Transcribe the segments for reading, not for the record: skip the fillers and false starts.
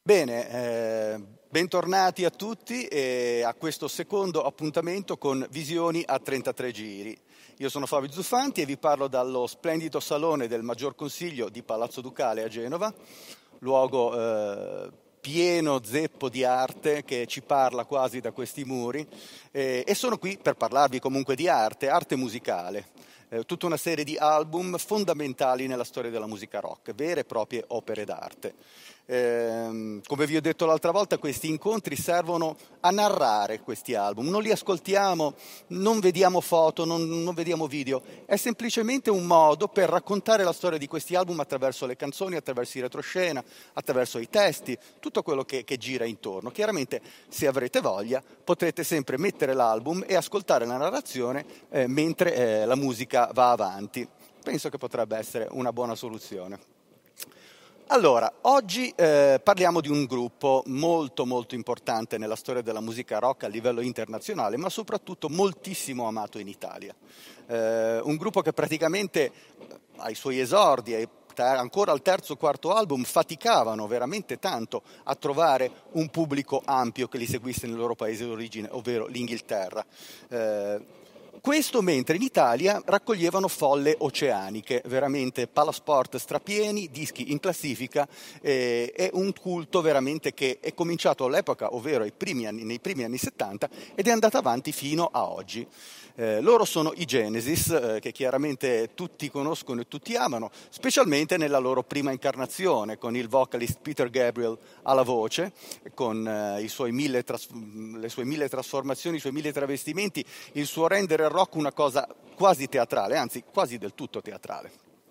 Bene, bentornati a tutti e a questo secondo appuntamento con Visioni a 33 giri. Io sono Fabio Zuffanti e vi parlo dallo splendido salone del Maggior Consiglio di Palazzo Ducale a Genova, luogo pieno zeppo di arte che ci parla quasi da questi muri, e sono qui per parlarvi comunque di arte musicale. Tutta una serie di album fondamentali nella storia della musica rock, vere e proprie opere d'arte. Come vi ho detto l'altra volta, questi incontri servono a narrare questi album, non li ascoltiamo, non vediamo foto, non vediamo video, è semplicemente un modo per raccontare la storia di questi album attraverso le canzoni, attraverso i retroscena, attraverso i testi, tutto quello che gira intorno. Chiaramente, se avrete voglia, potrete sempre mettere l'album e ascoltare la narrazione mentre la musica va avanti. Penso che potrebbe essere una buona soluzione. Allora, oggi parliamo di un gruppo molto importante nella storia della musica rock a livello internazionale, ma soprattutto moltissimo amato in Italia. Un gruppo che praticamente ai suoi esordi, ancora al terzo o quarto album, faticavano veramente tanto a trovare un pubblico ampio che li seguisse nel loro paese d'origine, ovvero l'Inghilterra. Questo mentre in Italia raccoglievano folle oceaniche, veramente palasport strapieni, dischi in classifica, è un culto veramente che è cominciato all'epoca, ovvero nei primi anni 70, ed è andato avanti fino a oggi. Loro sono i Genesis, che chiaramente tutti conoscono e tutti amano, specialmente nella loro prima incarnazione, con il vocalist Peter Gabriel alla voce, con le sue mille trasformazioni, i suoi 1000 travestimenti, il suo rendere il rock una cosa quasi teatrale, anzi quasi del tutto teatrale.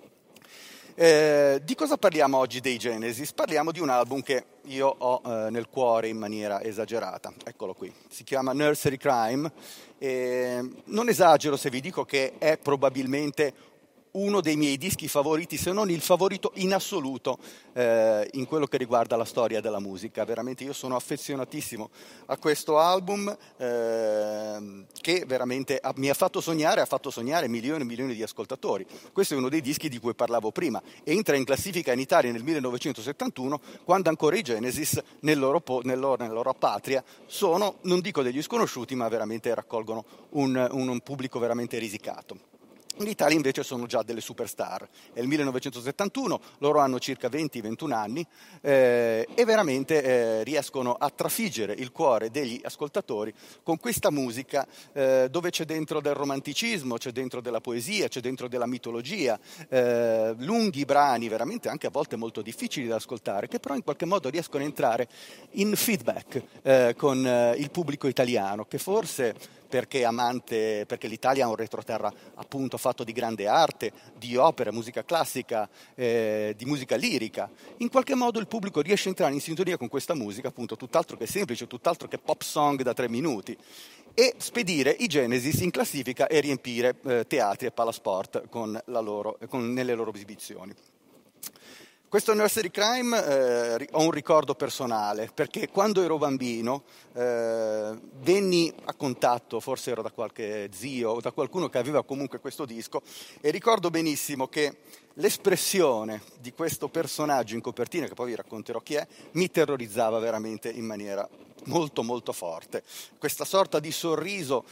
Di cosa parliamo oggi dei Genesis? Parliamo di un album che io ho nel cuore in maniera esagerata. Eccolo qui, si chiama Nursery Crime. Non esagero se vi dico che è probabilmente uno dei miei dischi favoriti, se non il favorito in assoluto in quello che riguarda la storia della musica. Veramente io sono affezionatissimo a questo album che veramente mi ha fatto sognare milioni e milioni di ascoltatori. Questo è uno dei dischi di cui parlavo prima. Entra in classifica in Italia nel 1971, quando ancora i Genesis nella loro patria sono, non dico degli sconosciuti, ma veramente raccolgono un pubblico veramente risicato. In Italia invece sono già delle superstar. È il 1971, loro hanno circa 20-21 anni e veramente riescono a trafiggere il cuore degli ascoltatori con questa musica dove c'è dentro del romanticismo, c'è dentro della poesia, c'è dentro della mitologia, lunghi brani veramente anche a volte molto difficili da ascoltare, che però in qualche modo riescono a entrare in feedback con il pubblico italiano, che forse perché l'Italia ha un retroterra appunto fatto di grande arte, di opera, musica classica, di musica lirica. In qualche modo il pubblico riesce a entrare in sintonia con questa musica, appunto tutt'altro che semplice, tutt'altro che pop song da 3 minuti, e spedire i Genesis in classifica e riempire teatri e palasport nelle loro esibizioni. Questo Nursery Crime ho un ricordo personale, perché quando ero bambino venni a contatto, forse ero da qualche zio o da qualcuno che aveva comunque questo disco, e ricordo benissimo che l'espressione di questo personaggio in copertina, che poi vi racconterò chi è, mi terrorizzava veramente in maniera molto forte. Questa sorta di sorriso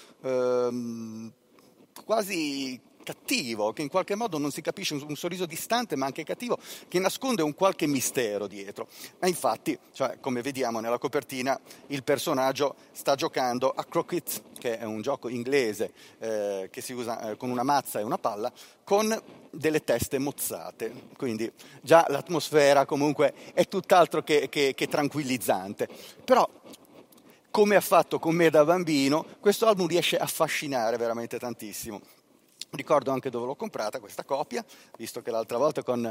quasi cattivo, che in qualche modo non si capisce, un sorriso distante ma anche cattivo, che nasconde un qualche mistero dietro. Ma infatti, come vediamo nella copertina, il personaggio sta giocando a croquet, che è un gioco inglese che si usa con una mazza e una palla, con delle teste mozzate. Quindi già l'atmosfera comunque è tutt'altro che tranquillizzante. Però, come ha fatto con me da bambino, questo album riesce a affascinare veramente tantissimo. Ricordo anche dove l'ho comprata questa copia, visto che l'altra volta con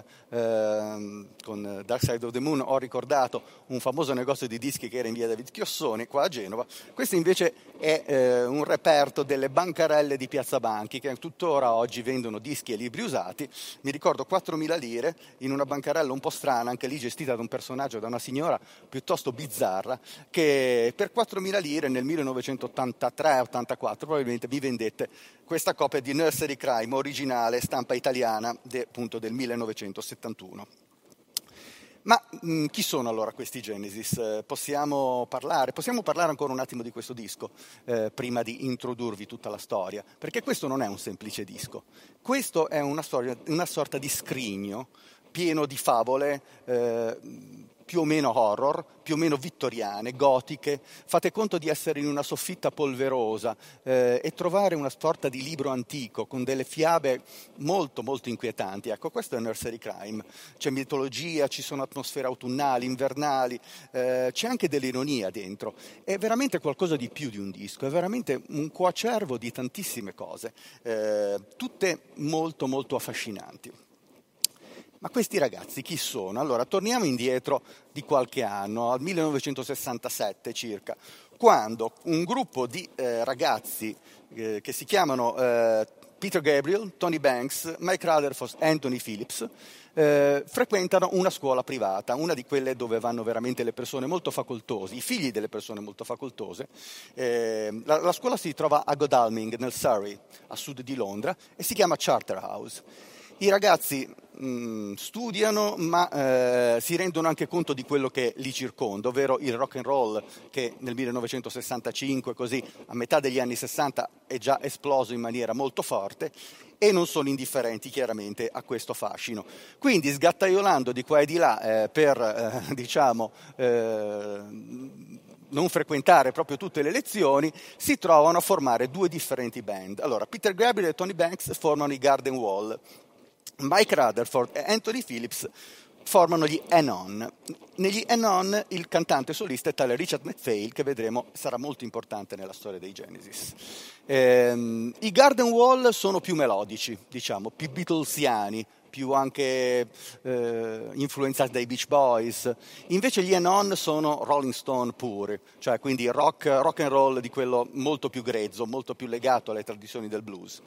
Dark Side of the Moon ho ricordato un famoso negozio di dischi che era in via David Chiossoni, qua a Genova. Questo invece è un reperto delle bancarelle di Piazza Banchi, che tuttora oggi vendono dischi e libri usati. Mi ricordo 4.000 lire in una bancarella un po' strana, anche lì gestita da un personaggio, da una signora piuttosto bizzarra, che per 4.000 lire nel 1983-84 probabilmente vi vendette questa copia di Nursery Crime originale, stampa italiana, appunto del 1971. Ma chi sono allora questi Genesis? Possiamo parlare ancora un attimo di questo disco prima di introdurvi tutta la storia, perché questo non è un semplice disco, questo è una sorta di scrigno pieno di favole più o meno horror, più o meno vittoriane, gotiche. Fate conto di essere in una soffitta polverosa e trovare una sorta di libro antico con delle fiabe molto molto inquietanti. Ecco, questo è Nursery Crime. C'è mitologia, ci sono atmosfere autunnali, invernali, c'è anche dell'ironia dentro. È veramente qualcosa di più di un disco, è veramente un coacervo di tantissime cose, tutte molto molto affascinanti. Ma questi ragazzi chi sono? Allora, torniamo indietro di qualche anno, al 1967 circa, quando un gruppo di ragazzi che si chiamano Peter Gabriel, Tony Banks, Mike Rutherford e Anthony Phillips frequentano una scuola privata, una di quelle dove vanno veramente le persone molto facoltose, i figli delle persone molto facoltose. La scuola si trova a Godalming, nel Surrey, a sud di Londra, e si chiama Charterhouse. I ragazzi studiano, ma si rendono anche conto di quello che li circonda, ovvero il rock and roll che nel 1965, così a metà degli anni 60, è già esploso in maniera molto forte, e non sono indifferenti chiaramente a questo fascino. Quindi sgattaiolando di qua e di là per non frequentare proprio tutte le lezioni, si trovano a formare due differenti band. Allora, Peter Gabriel e Tony Banks formano i Garden Wall, Mike Rutherford e Anthony Phillips formano gli Anon. Negli Anon il cantante solista è tale Richard McPhail, che vedremo sarà molto importante nella storia dei Genesis. I Garden Wall sono più melodici, diciamo, più Beatlesiani, più anche influenzati dai Beach Boys. Invece gli Anon sono Rolling Stone puri, cioè quindi rock and roll di quello molto più grezzo, molto più legato alle tradizioni del blues.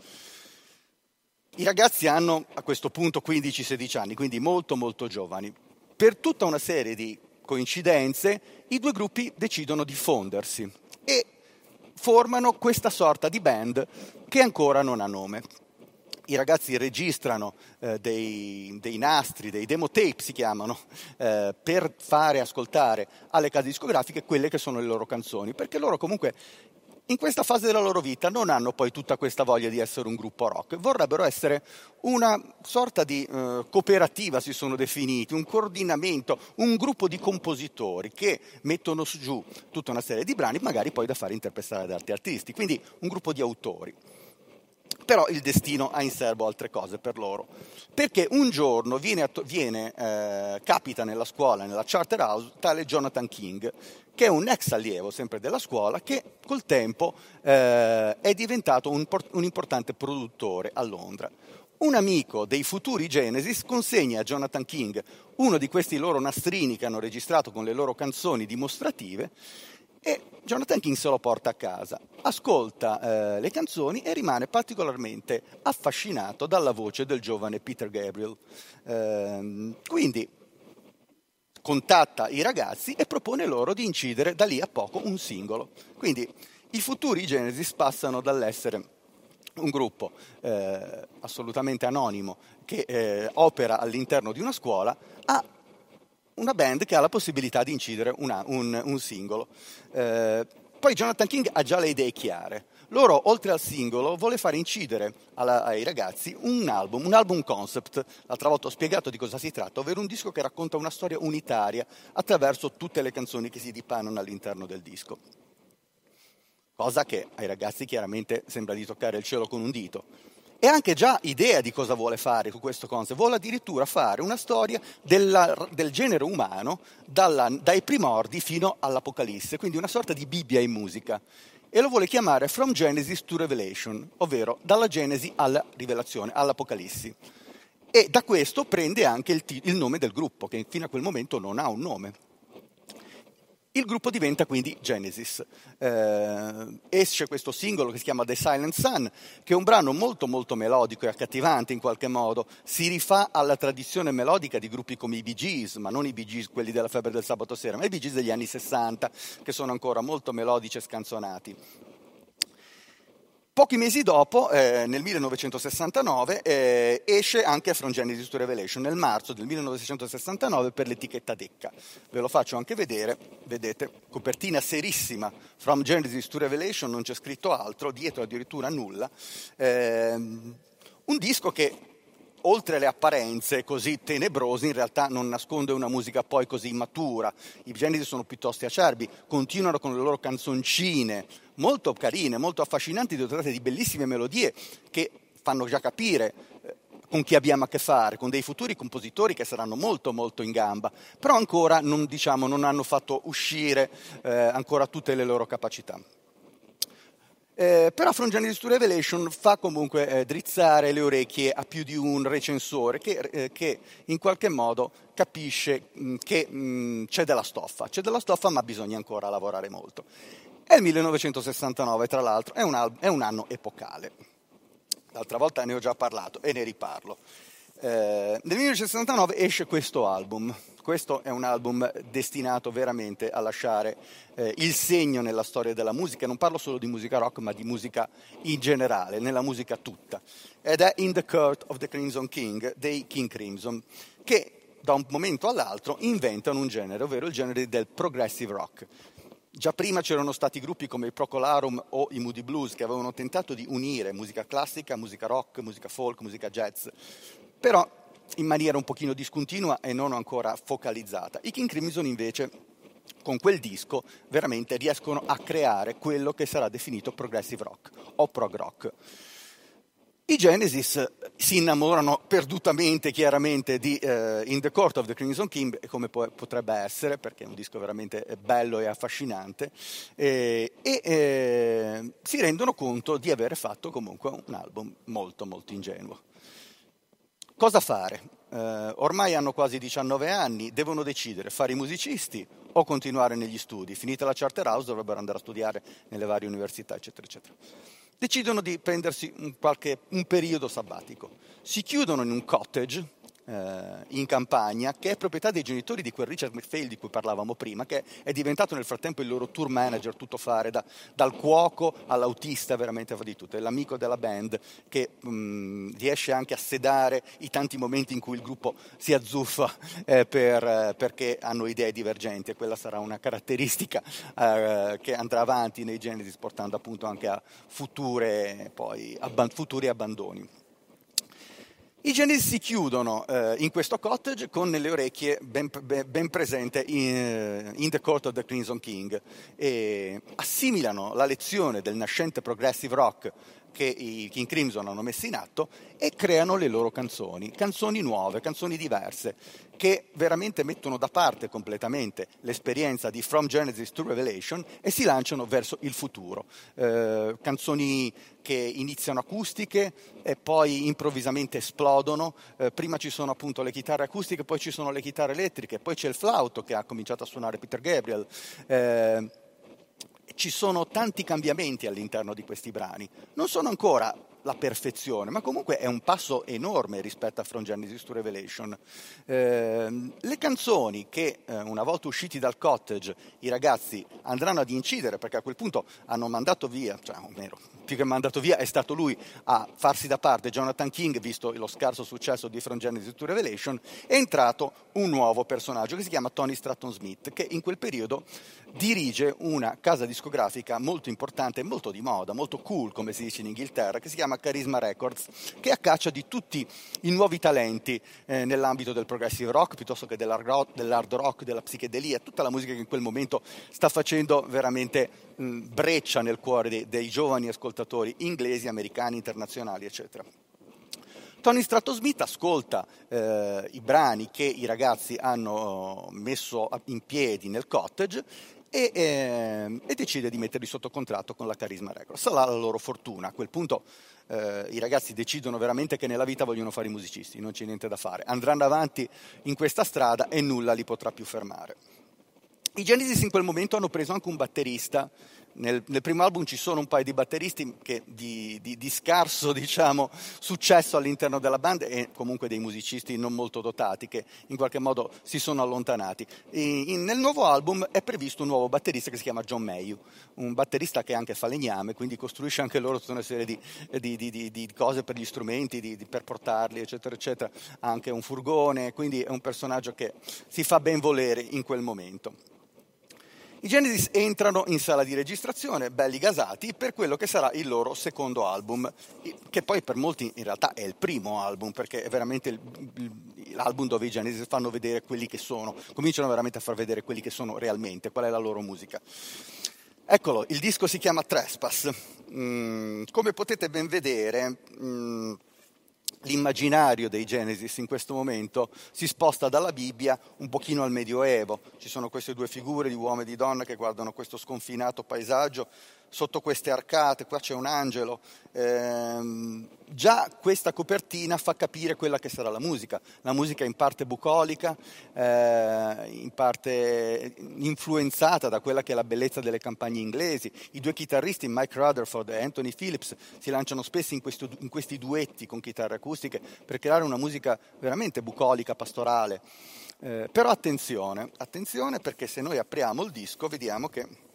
I ragazzi hanno a questo punto 15-16 anni, quindi molto molto giovani. Per tutta una serie di coincidenze i due gruppi decidono di fondersi e formano questa sorta di band che ancora non ha nome. I ragazzi registrano dei nastri, dei demo tape si chiamano, per fare ascoltare alle case discografiche quelle che sono le loro canzoni, perché loro comunque in questa fase della loro vita non hanno poi tutta questa voglia di essere un gruppo rock, vorrebbero essere una sorta di cooperativa, si sono definiti, un coordinamento, un gruppo di compositori che mettono su giù tutta una serie di brani, magari poi da fare interpretare ad altri artisti, quindi un gruppo di autori. Però il destino ha in serbo altre cose per loro, perché un giorno capita nella scuola, nella Charterhouse, tale Jonathan King, che è un ex allievo sempre della scuola, che col tempo è diventato un importante produttore a Londra. Un amico dei futuri Genesis consegna a Jonathan King uno di questi loro nastrini che hanno registrato con le loro canzoni dimostrative, e Jonathan King se lo porta a casa, ascolta le canzoni e rimane particolarmente affascinato dalla voce del giovane Peter Gabriel. Quindi contatta i ragazzi e propone loro di incidere da lì a poco un singolo. Quindi i futuri Genesis passano dall'essere un gruppo assolutamente anonimo che opera all'interno di una scuola a una band che ha la possibilità di incidere un singolo. Poi Jonathan King ha già le idee chiare. Loro, oltre al singolo, vuole fare incidere ai ragazzi un album concept. L'altra volta ho spiegato di cosa si tratta, ovvero un disco che racconta una storia unitaria attraverso tutte le canzoni che si dipanano all'interno del disco. Cosa che ai ragazzi chiaramente sembra di toccare il cielo con un dito. E anche già idea di cosa vuole fare con questo concept. Vuole addirittura fare una storia del genere umano dai primordi fino all'Apocalisse, quindi una sorta di Bibbia in musica. E lo vuole chiamare From Genesis to Revelation, ovvero dalla Genesi alla Rivelazione, all'Apocalissi. E da questo prende anche il nome del gruppo, che fino a quel momento non ha un nome. Il gruppo diventa quindi Genesis. Esce questo singolo che si chiama The Silent Sun, che è un brano molto molto melodico e accattivante in qualche modo. Si rifà alla tradizione melodica di gruppi come i Bee Gees, ma non i Bee Gees quelli della febbre del sabato sera, ma i Bee Gees degli anni 60, che sono ancora molto melodici e scanzonati. Pochi mesi dopo, nel 1969, esce anche From Genesis to Revelation, nel marzo del 1969 per l'etichetta Decca. Ve lo faccio anche vedere, vedete, copertina serissima, From Genesis to Revelation, non c'è scritto altro, dietro addirittura nulla. Un disco che, oltre le apparenze così tenebrose, in realtà non nasconde una musica poi così immatura. I Genesis sono piuttosto acerbi, continuano con le loro canzoncine, molto carine, molto affascinanti, dotate di bellissime melodie che fanno già capire con chi abbiamo a che fare, con dei futuri compositori che saranno molto molto in gamba, però ancora non hanno fatto uscire ancora tutte le loro capacità. Però From Genesis to Revelation fa comunque drizzare le orecchie a più di un recensore che in qualche modo capisce che c'è della stoffa, ma bisogna ancora lavorare molto. È il 1969, tra l'altro, è un anno epocale. L'altra volta ne ho già parlato e ne riparlo. Nel 1969 esce questo album. Questo è un album destinato veramente a lasciare il segno nella storia della musica. Non parlo solo di musica rock, ma di musica in generale, nella musica tutta. Ed è In the Court of the Crimson King dei King Crimson, che da un momento all'altro inventano un genere, ovvero il genere del progressive rock. Già prima c'erano stati gruppi come i Procolarum o i Moody Blues che avevano tentato di unire musica classica, musica rock, musica folk, musica jazz, però in maniera un pochino discontinua e non ancora focalizzata. I King Crimson invece con quel disco veramente riescono a creare quello che sarà definito progressive rock o prog rock. I Genesis si innamorano perdutamente, chiaramente, di In the Court of the Crimson King, come potrebbe essere, perché è un disco veramente bello e affascinante, e si rendono conto di aver fatto comunque un album molto molto ingenuo. Cosa fare? Ormai hanno quasi 19 anni, devono decidere, fare i musicisti o continuare negli studi. Finita la Charterhouse dovrebbero andare a studiare nelle varie università, eccetera, eccetera. Decidono di prendersi un periodo sabbatico. Si chiudono in un cottage in campagna, che è proprietà dei genitori di quel Richard McPhail di cui parlavamo prima, che è diventato nel frattempo il loro tour manager, tutto fare, dal cuoco all'autista, veramente fa di tutto. È l'amico della band che riesce anche a sedare i tanti momenti in cui il gruppo si azzuffa perché hanno idee divergenti, e quella sarà una caratteristica che andrà avanti nei Genesis, portando appunto anche a futuri abbandoni. I Genesis si chiudono in questo cottage con le orecchie ben presente in The Court of the Crimson King e assimilano la lezione del nascente progressive rock che i King Crimson hanno messo in atto e creano le loro canzoni nuove, canzoni diverse, che veramente mettono da parte completamente l'esperienza di From Genesis to Revelation e si lanciano verso il futuro. Canzoni che iniziano acustiche e poi improvvisamente esplodono. Prima ci sono appunto le chitarre acustiche, poi ci sono le chitarre elettriche, poi c'è il flauto che ha cominciato a suonare Peter Gabriel. Ci sono tanti cambiamenti all'interno di questi brani. Non sono ancora la perfezione, ma comunque è un passo enorme rispetto a From Genesis to Revelation. Le canzoni che una volta usciti dal cottage i ragazzi andranno ad incidere, perché a quel punto hanno mandato via, cioè o meno, più che mandato via è stato lui a farsi da parte Jonathan King, visto lo scarso successo di From Genesis to Revelation, è entrato un nuovo personaggio che si chiama Tony Stratton Smith, che in quel periodo dirige una casa discografica molto importante, molto di moda, molto cool, come si dice in Inghilterra, che si chiama Charisma Records, che è a caccia di tutti i nuovi talenti nell'ambito del progressive rock, piuttosto che dell'hard rock, della psichedelia, tutta la musica che in quel momento sta facendo veramente breccia nel cuore dei giovani ascoltatori inglesi, americani, internazionali, eccetera. Tony Stratton Smith ascolta i brani che i ragazzi hanno messo in piedi nel cottage e decide di metterli sotto contratto con la Charisma Records. Sarà la loro fortuna. A quel punto i ragazzi decidono veramente che nella vita vogliono fare i musicisti, non c'è niente da fare. Andranno avanti in questa strada e nulla li potrà più fermare. I Genesis in quel momento hanno preso anche un batterista Nel primo album ci sono un paio di batteristi che di scarso, diciamo, successo all'interno della band e comunque dei musicisti non molto dotati che in qualche modo si sono allontanati. Nel nuovo album è previsto un nuovo batterista che si chiama John Mayhew, un batterista che anche fa legname, quindi costruisce anche loro tutta una serie di cose per gli strumenti, per portarli, eccetera, eccetera. Ha anche un furgone, quindi è un personaggio che si fa ben volere in quel momento. I Genesis entrano in sala di registrazione, belli gasati, per quello che sarà il loro secondo album, che poi per molti in realtà è il primo album, perché è veramente l'album dove i Genesis fanno vedere quelli che sono, cominciano veramente a far vedere quelli che sono realmente, qual è la loro musica. Eccolo, il disco si chiama Trespass. Come potete ben vedere, l'immaginario dei Genesis in questo momento si sposta dalla Bibbia un pochino al Medioevo. Ci sono queste due figure di uomo e di donna che guardano questo sconfinato paesaggio, sotto queste arcate, qua c'è un angelo. Già questa copertina fa capire quella che sarà la musica è in parte bucolica, in parte influenzata da quella che è la bellezza delle campagne inglesi. I due chitarristi, Mike Rutherford e Anthony Phillips, si lanciano spesso in questi duetti con chitarre acustiche per creare una musica veramente bucolica, pastorale. Però attenzione, perché se noi apriamo il disco vediamo che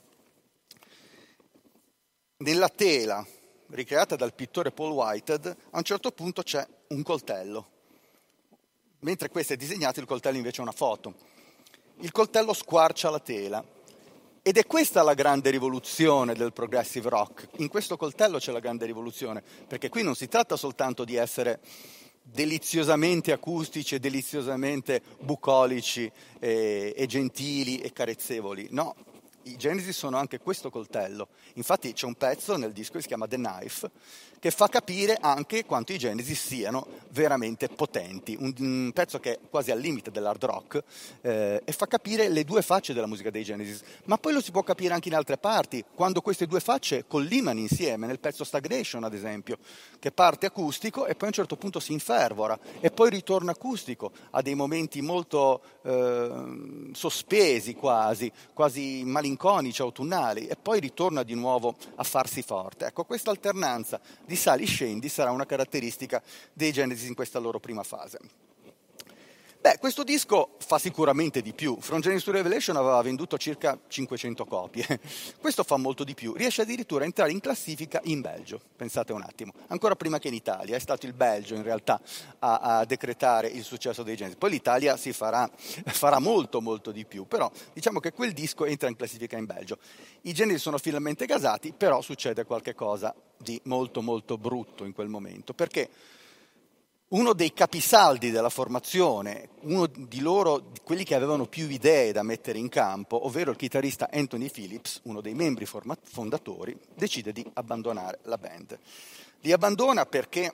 nella tela ricreata dal pittore Paul Whitehead a un certo punto c'è un coltello, mentre questo è disegnato, il coltello invece è una foto. Il coltello squarcia la tela ed è questa la grande rivoluzione del progressive rock. In questo coltello c'è la grande rivoluzione, perché qui non si tratta soltanto di essere deliziosamente acustici e deliziosamente bucolici e gentili e carezzevoli, no. I Genesis sono anche questo coltello. Infatti c'è un pezzo nel disco che si chiama The Knife che fa capire anche quanto i Genesis siano veramente potenti. Un pezzo che è quasi al limite dell'hard rock e fa capire le due facce della musica dei Genesis. Ma poi lo si può capire anche in altre parti, quando queste due facce collimano insieme, nel pezzo Stagnation ad esempio, che parte acustico e poi a un certo punto si infervora e poi ritorna acustico, ha dei momenti molto sospesi quasi malinconici, autunnali, e poi ritorna di nuovo a farsi forte. Ecco, questa alternanza di sali scendi sarà una caratteristica dei Genesis in questa loro prima fase. Questo disco fa sicuramente di più. From Genesis to Revelation aveva venduto circa 500 copie. Questo fa molto di più. Riesce addirittura a entrare in classifica in Belgio. Pensate un attimo. Ancora prima che in Italia. È stato il Belgio in realtà a decretare il successo dei Genesis. Poi l'Italia si farà molto molto di più. Però diciamo che quel disco entra in classifica in Belgio. I Genesis sono finalmente gasati, però succede qualche cosa di molto molto brutto in quel momento. Perché uno dei capisaldi della formazione, uno di loro, quelli che avevano più idee da mettere in campo, ovvero il chitarrista Anthony Phillips, uno dei membri fondatori, decide di abbandonare la band. Li abbandona perché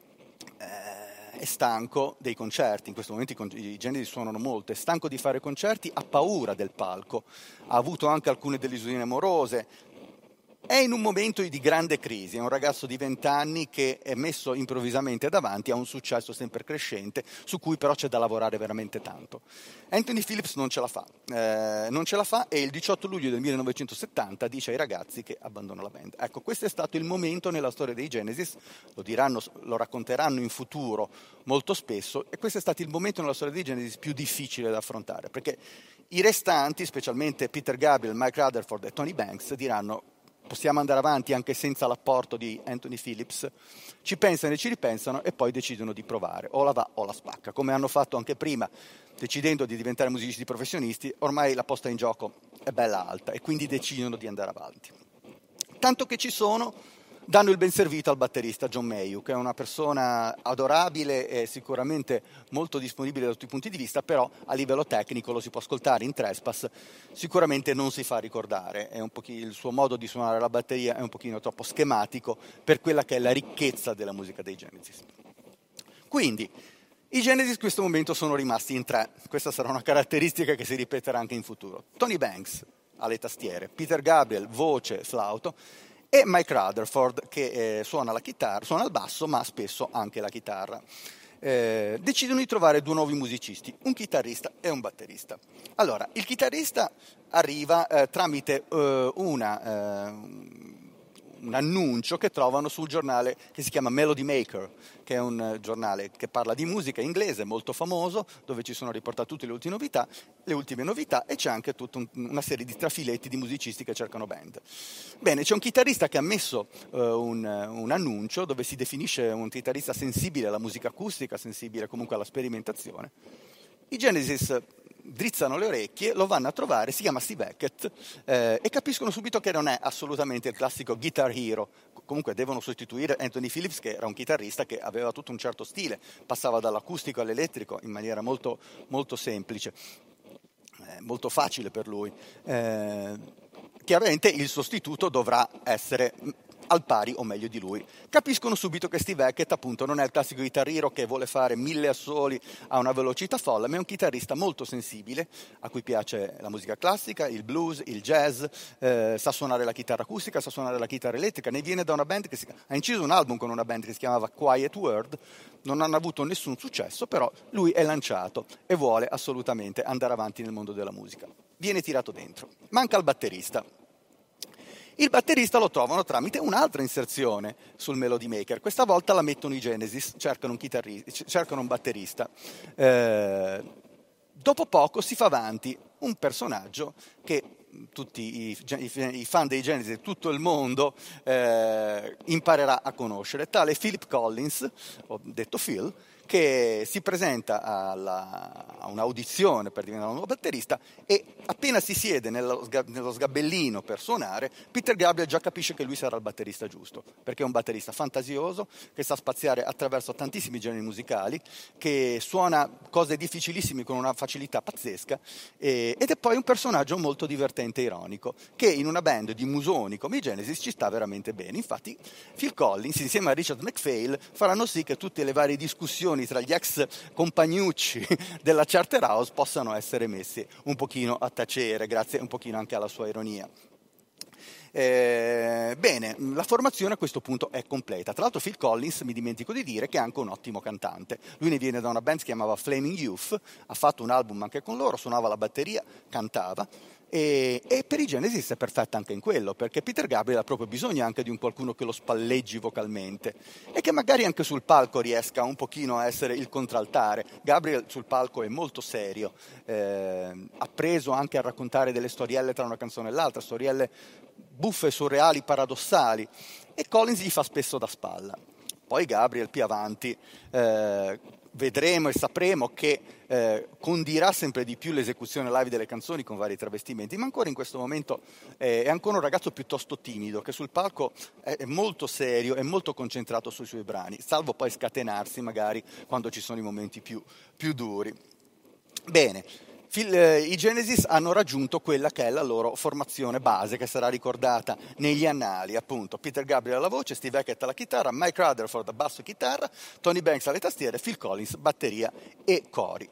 è stanco dei concerti. In questo momento i Genesis suonano molto, è stanco di fare concerti, ha paura del palco, ha avuto anche alcune delusioni amorose. È in un momento di grande crisi, è un ragazzo di 20 anni che è messo improvvisamente davanti a un successo sempre crescente, su cui però c'è da lavorare veramente tanto. Anthony Phillips non ce la fa e il 18 luglio del 1970 dice ai ragazzi che abbandona la band. Ecco, questo è stato il momento nella storia dei Genesis, lo racconteranno in futuro molto spesso, e questo è stato il momento nella storia dei Genesis più difficile da affrontare, perché i restanti, specialmente Peter Gabriel, Mike Rutherford e Tony Banks, diranno: possiamo andare avanti anche senza l'apporto di Anthony Phillips. Ci pensano e ci ripensano e poi decidono di provare, o la va o la spacca, come hanno fatto anche prima, decidendo di diventare musicisti professionisti. Ormai la posta in gioco è bella alta e quindi decidono di andare avanti. Tanto che danno il ben servito al batterista John Mayhew, che è una persona adorabile e sicuramente molto disponibile da tutti i punti di vista, però a livello tecnico lo si può ascoltare in Trespass, sicuramente non si fa ricordare, il suo modo di suonare la batteria è un pochino troppo schematico per quella che è la ricchezza della musica dei Genesis. Quindi i Genesis in questo momento sono rimasti in 3, questa sarà una caratteristica che si ripeterà anche in futuro. Tony Banks alle tastiere, Peter Gabriel voce, flauto, e Mike Rutherford che suona la chitarra, suona il basso ma spesso anche la chitarra. decidono di trovare due nuovi musicisti, un chitarrista e un batterista. Allora, il chitarrista arriva tramite un annuncio che trovano sul giornale che si chiama Melody Maker, che è un giornale che parla di musica inglese molto famoso, dove ci sono riportate tutte le ultime novità e c'è anche tutta una serie di trafiletti di musicisti che cercano band. Bene, c'è un chitarrista che ha messo un annuncio dove si definisce un chitarrista sensibile alla musica acustica, sensibile comunque alla sperimentazione. I Genesis drizzano le orecchie, lo vanno a trovare, si chiama Steve Hackett e capiscono subito che non è assolutamente il classico guitar hero. Comunque devono sostituire Anthony Phillips, che era un chitarrista che aveva tutto un certo stile, passava dall'acustico all'elettrico in maniera molto, molto semplice, molto facile per lui. Chiaramente il sostituto dovrà essere al pari o meglio di lui. Capiscono subito che Steve Hackett appunto non è il classico chitarrero che vuole fare 1000 assoli a una velocità folle, ma è un chitarrista molto sensibile, a cui piace la musica classica, il blues, il jazz, sa suonare la chitarra acustica, sa suonare la chitarra elettrica. Ne viene da una band ha inciso un album con una band che si chiamava Quiet World, non hanno avuto nessun successo, però lui è lanciato e vuole assolutamente andare avanti nel mondo della musica. Viene tirato dentro. Manca il batterista. Il batterista lo trovano tramite un'altra inserzione sul Melody Maker. Questa volta la mettono i Genesis, cercano un batterista. Dopo poco si fa avanti un personaggio che tutti i fan dei Genesis, tutto il mondo imparerà a conoscere, tale Philip Collins, ho detto Phil, che si presenta a un'audizione per diventare un nuovo batterista e appena si siede nello sgabellino per suonare, Peter Gabriel già capisce che lui sarà il batterista giusto, perché è un batterista fantasioso, che sa spaziare attraverso tantissimi generi musicali, che suona cose difficilissime con una facilità pazzesca ed è poi un personaggio molto divertente e ironico, che in una band di musoni come i Genesis ci sta veramente bene. Infatti Phil Collins insieme a Richard McPhail faranno sì che tutte le varie discussioni tra gli ex compagnucci della Charterhouse possano essere messi un pochino a tacere, grazie un pochino anche alla sua ironia. Bene, la formazione a questo punto è completa. Tra l'altro Phil Collins, mi dimentico di dire, che è anche un ottimo cantante. Lui ne viene da una band che si chiamava Flaming Youth, ha fatto un album anche con loro, suonava la batteria, cantava. E per i Genesis è perfetta anche in quello, perché Peter Gabriel ha proprio bisogno anche di un qualcuno che lo spalleggi vocalmente e che magari anche sul palco riesca un pochino a essere il contraltare. Gabriel sul palco è molto serio, ha preso anche a raccontare delle storielle tra una canzone e l'altra, storielle buffe, surreali, paradossali, e Collins gli fa spesso da spalla. Poi Gabriel più avanti vedremo e sapremo che condirà sempre di più l'esecuzione live delle canzoni con vari travestimenti, ma ancora in questo momento è ancora un ragazzo piuttosto timido, che sul palco è molto serio e molto concentrato sui suoi brani, salvo poi scatenarsi magari quando ci sono i momenti più duri. Bene, i Genesis hanno raggiunto quella che è la loro formazione base, che sarà ricordata negli annali, appunto Peter Gabriel alla voce, Steve Hackett alla chitarra, Mike Rutherford basso e chitarra, Tony Banks alle tastiere, Phil Collins batteria e cori.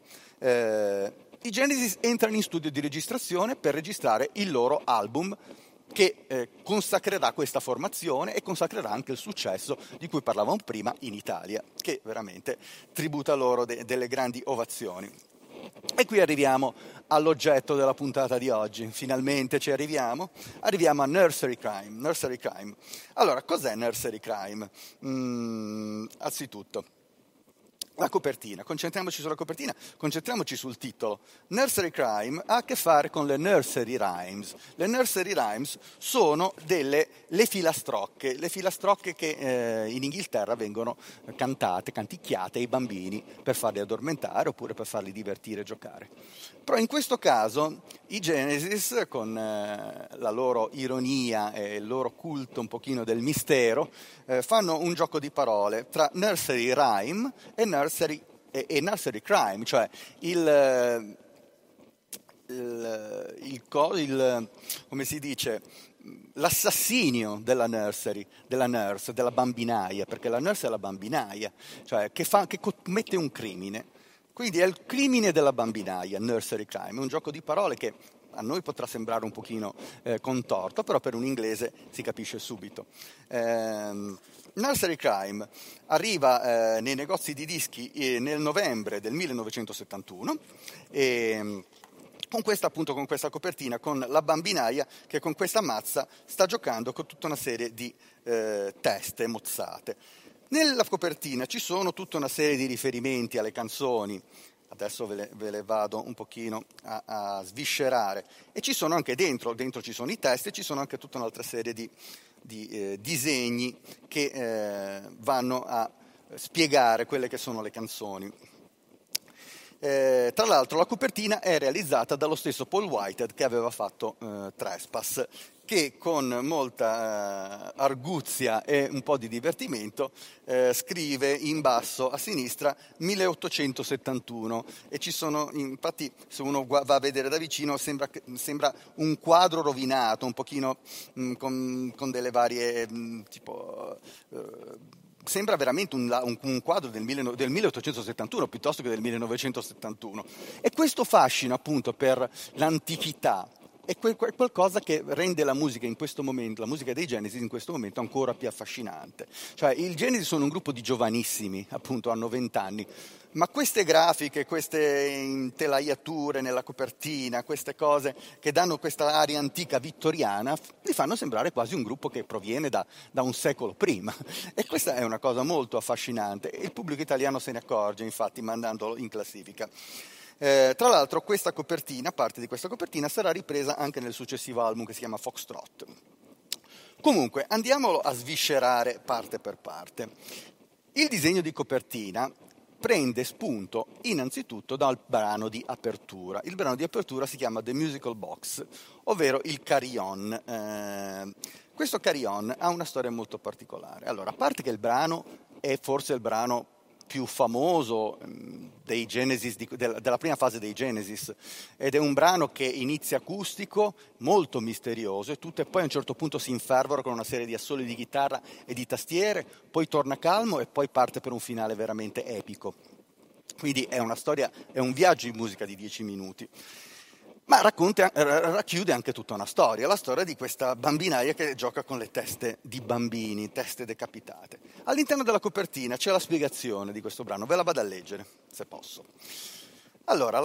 I Genesis entrano in studio di registrazione per registrare il loro album che consacrerà questa formazione e consacrerà anche il successo di cui parlavamo prima in Italia, che veramente tributa loro delle grandi ovazioni. E qui arriviamo all'oggetto della puntata di oggi, finalmente ci arriviamo a Nursery Crime. Allora, cos'è Nursery Crime? Anzitutto, la copertina, concentriamoci sulla copertina, concentriamoci sul titolo. Nursery Crime ha a che fare con le nursery rhymes. Le nursery rhymes sono le filastrocche che in Inghilterra vengono cantate, canticchiate ai bambini per farli addormentare oppure per farli divertire e giocare. Però in questo caso i Genesis, con la loro ironia e il loro culto un pochino del mistero, fanno un gioco di parole tra nursery rhyme e nursery crime, cioè come si dice, l'assassinio della nurse, della bambinaia, perché la nurse è la bambinaia, cioè che commette un crimine. Quindi è il crimine della bambinaia, nursery crime, un gioco di parole che a noi potrà sembrare un pochino contorto, però per un inglese si capisce subito. Nursery Crime arriva nei negozi di dischi nel novembre del 1971 e con questa copertina, con la bambinaia che con questa mazza sta giocando con tutta una serie di teste mozzate. Nella copertina ci sono tutta una serie di riferimenti alle canzoni, adesso ve le vado un pochino a sviscerare, e ci sono anche dentro ci sono i testi, e ci sono anche tutta un'altra serie di disegni che vanno a spiegare quelle che sono le canzoni. Tra l'altro la copertina è realizzata dallo stesso Paul Whitehead che aveva fatto Trespass, che con molta arguzia e un po' di divertimento scrive in basso a sinistra 1871, e ci sono, infatti se uno va a vedere da vicino sembra un quadro rovinato, un pochino con delle varie sembra veramente un quadro del 1871 piuttosto che del 1971, e questo fascino appunto per l'antichità è qualcosa che rende la musica in questo momento, la musica dei Genesis in questo momento ancora più affascinante. Cioè i Genesis sono un gruppo di giovanissimi, appunto hanno 20 anni, ma queste grafiche, queste intelaiature nella copertina, queste cose che danno questa aria antica vittoriana, li fanno sembrare quasi un gruppo che proviene da un secolo prima, e questa è una cosa molto affascinante, e il pubblico italiano se ne accorge, infatti, mandandolo in classifica. Tra l'altro questa copertina, parte di questa copertina, sarà ripresa anche nel successivo album che si chiama Foxtrot. Comunque, andiamolo a sviscerare parte per parte. Il disegno di copertina prende spunto innanzitutto dal brano di apertura. Il brano di apertura si chiama The Musical Box, ovvero il carillon. Questo carillon ha una storia molto particolare. Allora, a parte che il brano è forse il brano più famoso dei Genesis, della prima fase dei Genesis, ed è un brano che inizia acustico, molto misterioso, e poi a un certo punto si infervora con una serie di assoli di chitarra e di tastiere, poi torna calmo e poi parte per un finale veramente epico. Quindi è una storia, è un viaggio in musica di 10 minuti. Ma racchiude anche tutta una storia, la storia di questa bambinaia che gioca con le teste di bambini, teste decapitate. All'interno della copertina c'è la spiegazione di questo brano, ve la vado a leggere, se posso. Allora,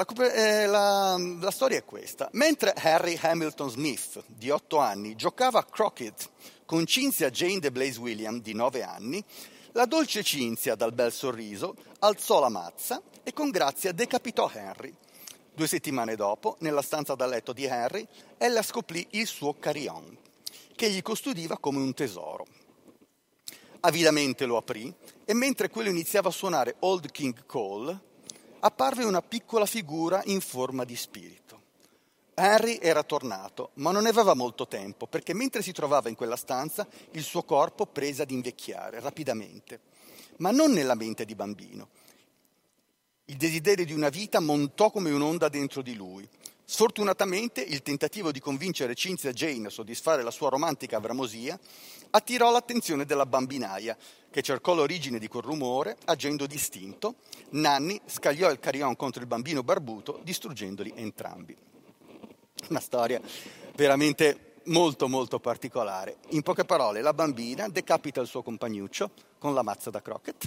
la storia è questa. Mentre Harry Hamilton Smith, di 8 anni, giocava a croquet con Cynthia Jane de Blaze William, di 9 anni, la dolce Cynthia, dal bel sorriso, alzò la mazza e con grazia decapitò Henry. 2 settimane dopo, nella stanza da letto di Harry, ella scoprì il suo carillon, che gli custodiva come un tesoro. Avidamente lo aprì, e mentre quello iniziava a suonare Old King Cole, apparve una piccola figura in forma di spirito. Harry era tornato, ma non aveva molto tempo, perché mentre si trovava in quella stanza, il suo corpo prese ad invecchiare rapidamente, ma non nella mente di bambino. Il desiderio di una vita montò come un'onda dentro di lui. Sfortunatamente, il tentativo di convincere Cynthia Jane a soddisfare la sua romantica bramosia attirò l'attenzione della bambinaia, che cercò l'origine di quel rumore agendo d'istinto. Nanny scagliò il carillon contro il bambino barbuto, distruggendoli entrambi. Una storia veramente molto molto particolare. In poche parole, la bambina decapita il suo compagnuccio con la mazza da croquet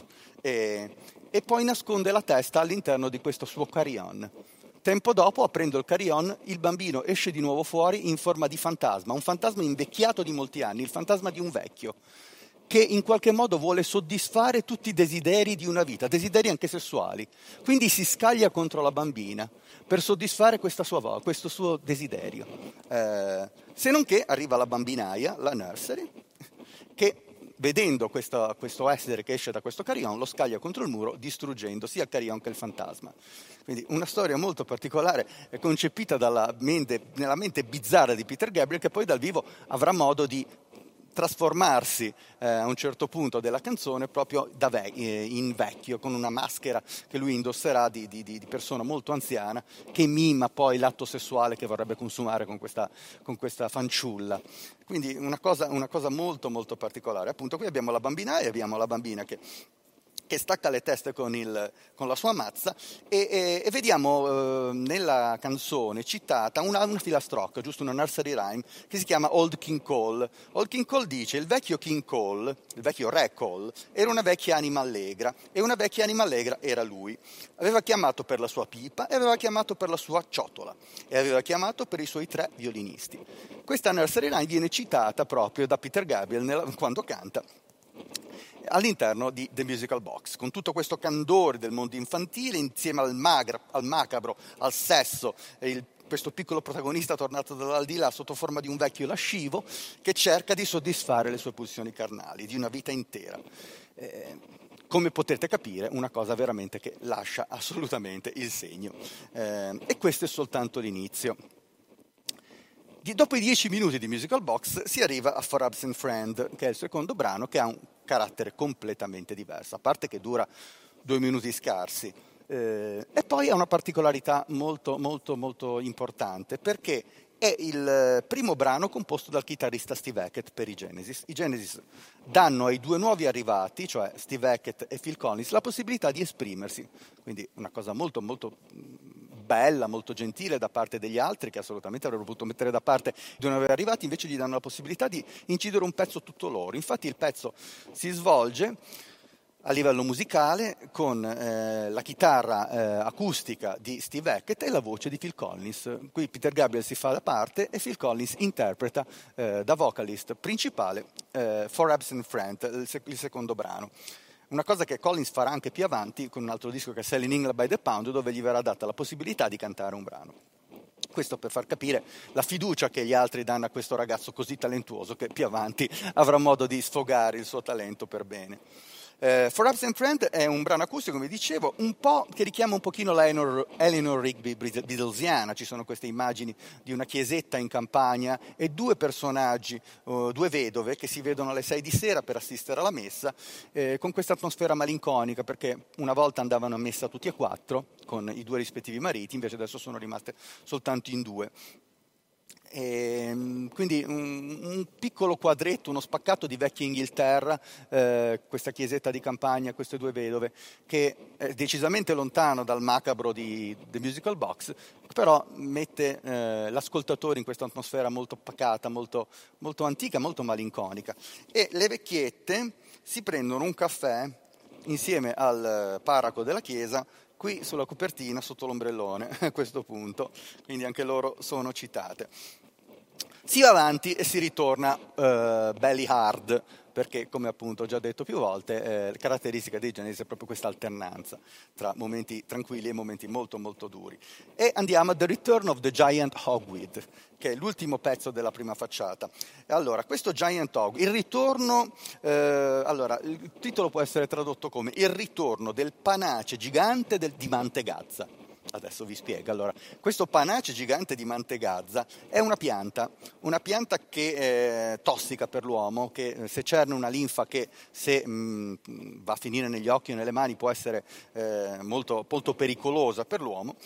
e poi nasconde la testa all'interno di questo suo carillon. Tempo dopo, aprendo il carillon, il bambino esce di nuovo fuori in forma di fantasma, un fantasma invecchiato di molti anni, il fantasma di un vecchio, che in qualche modo vuole soddisfare tutti i desideri di una vita, desideri anche sessuali. Quindi si scaglia contro la bambina per soddisfare questo suo desiderio. Se non che arriva la bambinaia, la nursery, che vedendo questo essere che esce da questo carillon lo scaglia contro il muro, distruggendo sia il carillon che il fantasma. Quindi una storia molto particolare, concepita nella mente bizzarra di Peter Gabriel, che poi dal vivo avrà modo di trasformarsi a un certo punto della canzone proprio in vecchio, con una maschera che lui indosserà di persona molto anziana, che mima poi l'atto sessuale che vorrebbe consumare con questa fanciulla. Quindi una cosa molto molto particolare. Appunto qui abbiamo la bambina e abbiamo la bambina che che stacca le teste con la sua mazza e vediamo nella canzone citata una filastrocca, giusto una nursery rhyme, che si chiama Old King Cole. Old King Cole dice: il vecchio King Cole, il vecchio re Cole, era una vecchia anima allegra, e una vecchia anima allegra era lui. Aveva chiamato per la sua pipa, e aveva chiamato per la sua ciotola, e aveva chiamato per i suoi 3 violinisti. Questa nursery rhyme viene citata proprio da Peter Gabriel quando canta all'interno di The Musical Box, con tutto questo candore del mondo infantile insieme al macabro, al sesso, questo piccolo protagonista tornato dall'aldilà sotto forma di un vecchio lascivo che cerca di soddisfare le sue pulsioni carnali di una vita intera. Come potete capire, una cosa veramente che lascia assolutamente il segno. E questo è soltanto l'inizio. Dopo i 10 minuti di Musical Box si arriva a For Absent Friend, che è il secondo brano, che ha un carattere completamente diverso, a parte che dura 2 minuti scarsi. E poi ha una particolarità molto, molto, molto importante, perché è il primo brano composto dal chitarrista Steve Hackett per i Genesis. I Genesis danno ai 2 nuovi arrivati, cioè Steve Hackett e Phil Collins, la possibilità di esprimersi, quindi una cosa molto, molto bella, molto gentile da parte degli altri, che assolutamente avrebbero potuto mettere da parte i 2 nuovi arrivati, invece gli danno la possibilità di incidere un pezzo tutto loro. Infatti il pezzo si svolge a livello musicale con la chitarra acustica di Steve Hackett e la voce di Phil Collins. Qui Peter Gabriel si fa da parte e Phil Collins interpreta da vocalist principale For Absent Friend, il secondo brano. Una cosa che Collins farà anche più avanti con un altro disco che è Selling England by the Pound, dove gli verrà data la possibilità di cantare un brano. Questo per far capire la fiducia che gli altri danno a questo ragazzo così talentuoso, che più avanti avrà modo di sfogare il suo talento per bene. For Absent Friend è un brano acustico, come dicevo, un po' che richiama un pochino la Eleanor Rigby beatlesiana. Ci sono queste immagini di una chiesetta in campagna e 2 personaggi, 2 vedove, che si vedono alle 6 di sera per assistere alla messa, con questa atmosfera malinconica, perché una volta andavano a messa tutti e 4 con i 2 rispettivi mariti, invece adesso sono rimaste soltanto in 2. Quindi un piccolo quadretto, uno spaccato di vecchia Inghilterra, questa chiesetta di campagna, queste 2 vedove, che è decisamente lontano dal macabro di The Musical Box, però mette l'ascoltatore in questa atmosfera molto pacata, molto, molto antica, molto malinconica. E le vecchiette si prendono un caffè insieme al parroco della chiesa, qui sulla copertina sotto l'ombrellone a questo punto, quindi anche loro sono citate. Si va avanti e si ritorna belly hard, perché come appunto ho già detto più volte, la caratteristica dei Genesis è proprio questa alternanza tra momenti tranquilli e momenti molto molto duri. E andiamo a The Return of the Giant Hogweed, che è l'ultimo pezzo della prima facciata. Allora, questo Giant Hogweed, il ritorno, allora, il titolo può essere tradotto come il ritorno del panace gigante di Mantegazza. Adesso vi spiego. Allora, questo panace gigante di Mantegazza è una pianta che è tossica per l'uomo, che secerne una linfa che se va a finire negli occhi o nelle mani può essere molto, molto pericolosa per l'uomo.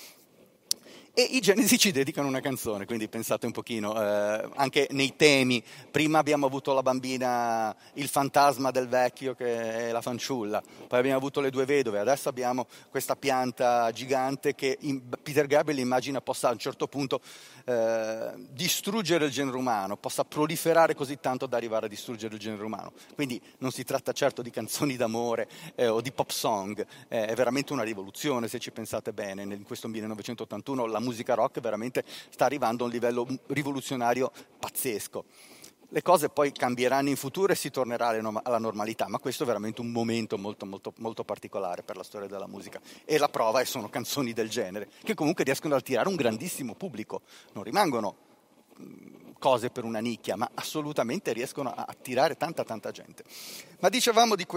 E i Genesi ci dedicano una canzone, quindi pensate un pochino, anche nei temi. Prima abbiamo avuto la bambina, il fantasma del vecchio che è la fanciulla, poi abbiamo avuto le 2 vedove, adesso abbiamo questa pianta gigante che Peter Gabriel immagina possa a un certo punto distruggere il genere umano, possa proliferare così tanto da arrivare a distruggere il genere umano. Quindi non si tratta certo di canzoni d'amore o di pop song, è veramente una rivoluzione se ci pensate bene. In questo 1981 la musica rock veramente sta arrivando a un livello rivoluzionario pazzesco. Le cose poi cambieranno in futuro e si tornerà alla normalità, ma questo è veramente un momento molto, molto, molto particolare per la storia della musica. E la prova sono canzoni del genere, che comunque riescono ad attirare un grandissimo pubblico. Non rimangono cose per una nicchia, ma assolutamente riescono a attirare tanta, tanta gente. Ma dicevamo di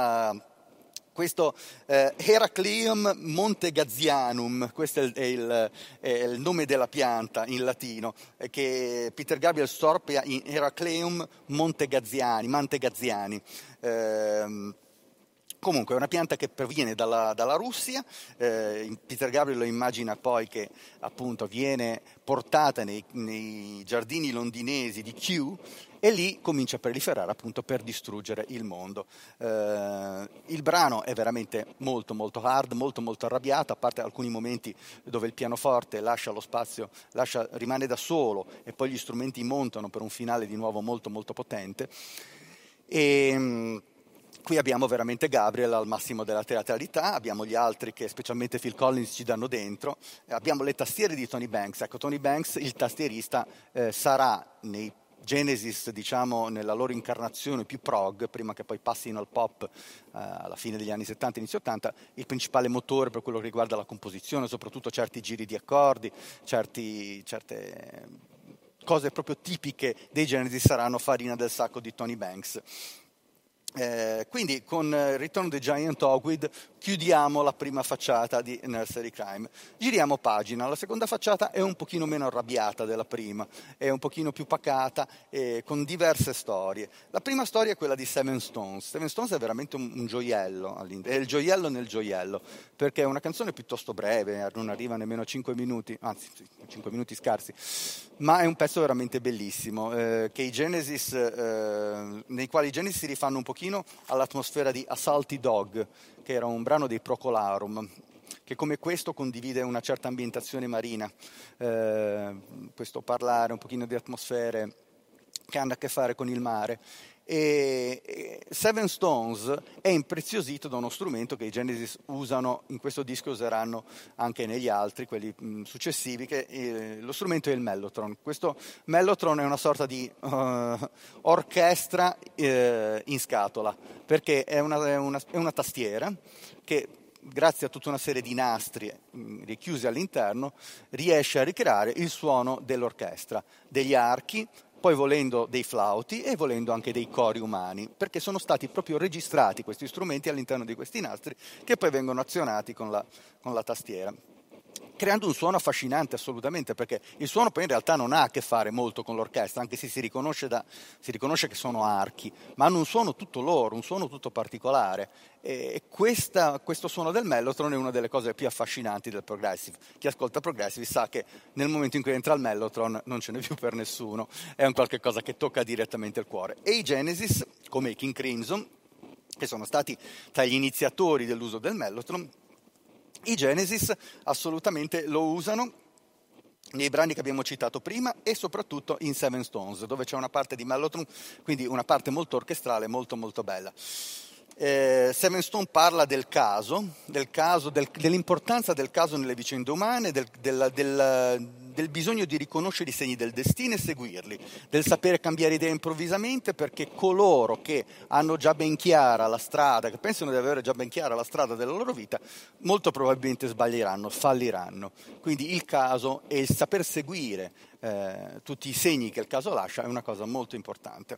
questo Heracleum montegazianum, questo è il nome della pianta in latino, che Peter Gabriel storpia in Heracleum mantegazziani. Comunque è una pianta che proviene dalla Russia, Peter Gabriel lo immagina poi che appunto viene portata nei giardini londinesi di Kew e lì comincia a proliferare appunto per distruggere il mondo. Il brano è veramente molto molto hard, molto molto arrabbiato, a parte alcuni momenti dove il pianoforte lascia lo spazio, rimane da solo e poi gli strumenti montano per un finale di nuovo molto molto potente. E qui abbiamo veramente Gabriel al massimo della teatralità, abbiamo gli altri che specialmente Phil Collins ci danno dentro, abbiamo le tastiere di Tony Banks. Ecco, Tony Banks, il tastierista, sarà nei Genesis, diciamo, nella loro incarnazione più prog, prima che poi passino al pop alla fine degli anni 70, inizio 80, il principale motore per quello che riguarda la composizione, soprattutto certi giri di accordi, certe cose proprio tipiche dei Genesis saranno farina del sacco di Tony Banks. Quindi con Return of the Giant Hogweed chiudiamo la prima facciata di Nursery Crime. Giriamo pagina, la seconda facciata è un pochino meno arrabbiata della prima, è un pochino più pacata, con diverse storie. La prima storia è quella di Seven Stones. Seven Stones è veramente un gioiello, è il gioiello nel gioiello, perché è una canzone piuttosto breve, non arriva nemmeno a 5 minuti, anzi 5 minuti scarsi, ma è un pezzo veramente bellissimo, nei quali i Genesis si rifanno un pochino all'atmosfera di A Salty Dog, che era un brano dei Procolarum, che come questo condivide una certa ambientazione marina, questo parlare un pochino di atmosfere che hanno a che fare con il mare. E Seven Stones è impreziosito da uno strumento che i Genesis usano in questo disco, useranno anche negli altri, quelli successivi, che lo strumento è il mellotron. Questo mellotron è una sorta di orchestra in scatola, perché è una tastiera che, grazie a tutta una serie di nastri richiusi all'interno, riesce a ricreare il suono dell'orchestra, degli archi, poi volendo dei flauti e volendo anche dei cori umani, perché sono stati proprio registrati questi strumenti all'interno di questi nastri che poi vengono azionati con la tastiera, creando un suono affascinante assolutamente, perché il suono poi in realtà non ha a che fare molto con l'orchestra, anche se si riconosce che sono archi, ma hanno un suono tutto loro, un suono tutto particolare, e questo suono del mellotron è una delle cose più affascinanti del progressive. Chi ascolta progressive sa che nel momento in cui entra il mellotron non ce n'è più per nessuno, è un qualche cosa che tocca direttamente il cuore. E i Genesis, come i King Crimson, che sono stati tra gli iniziatori dell'uso del mellotron, i Genesis assolutamente lo usano nei brani che abbiamo citato prima e soprattutto in Seven Stones, dove c'è una parte di mellotron, quindi una parte molto orchestrale, molto molto bella. Seven Stone parla dell'importanza del caso nelle vicende umane, del bisogno di riconoscere i segni del destino e seguirli, del sapere cambiare idea improvvisamente, perché coloro che hanno già ben chiara la strada, che pensano di avere già ben chiara la strada della loro vita, molto probabilmente sbaglieranno, falliranno. Quindi il caso e il saper seguire tutti i segni che il caso lascia è una cosa molto importante.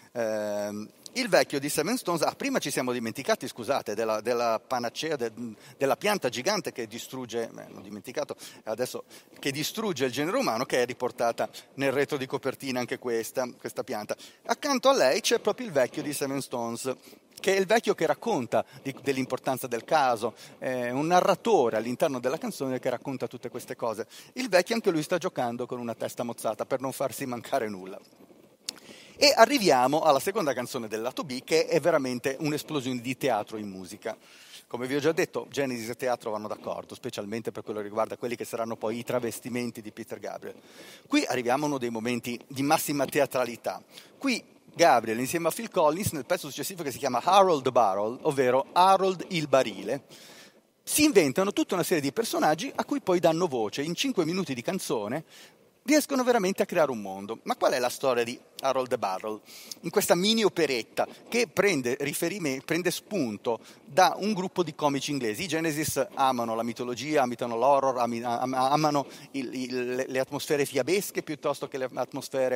Il vecchio di Seven Stones, prima ci siamo dimenticati, scusate, della panacea, della pianta gigante che distrugge, non dimenticato adesso, che distrugge il genere umano, che è riportata nel retro di copertina anche questa pianta. Accanto a lei c'è proprio il vecchio di Seven Stones, che è il vecchio che racconta dell'importanza del caso, un narratore all'interno della canzone che racconta tutte queste cose. Il vecchio anche lui sta giocando con una testa mozzata per non farsi mancare nulla. E arriviamo alla seconda canzone del lato B, che è veramente un'esplosione di teatro in musica. Come vi ho già detto, Genesis e teatro vanno d'accordo, specialmente per quello che riguarda quelli che saranno poi i travestimenti di Peter Gabriel. Qui arriviamo a uno dei momenti di massima teatralità. Qui Gabriel, insieme a Phil Collins, nel pezzo successivo che si chiama Harold the Barrel, ovvero Harold il barile, si inventano tutta una serie di personaggi a cui poi danno voce. In 5 minuti di canzone riescono veramente a creare un mondo. Ma qual è la storia di Harold the Barrel? In questa mini operetta che prende spunto da un gruppo di comici inglesi. I Genesis amano la mitologia, amano l'horror, amano le atmosfere fiabesche piuttosto che le atmosfere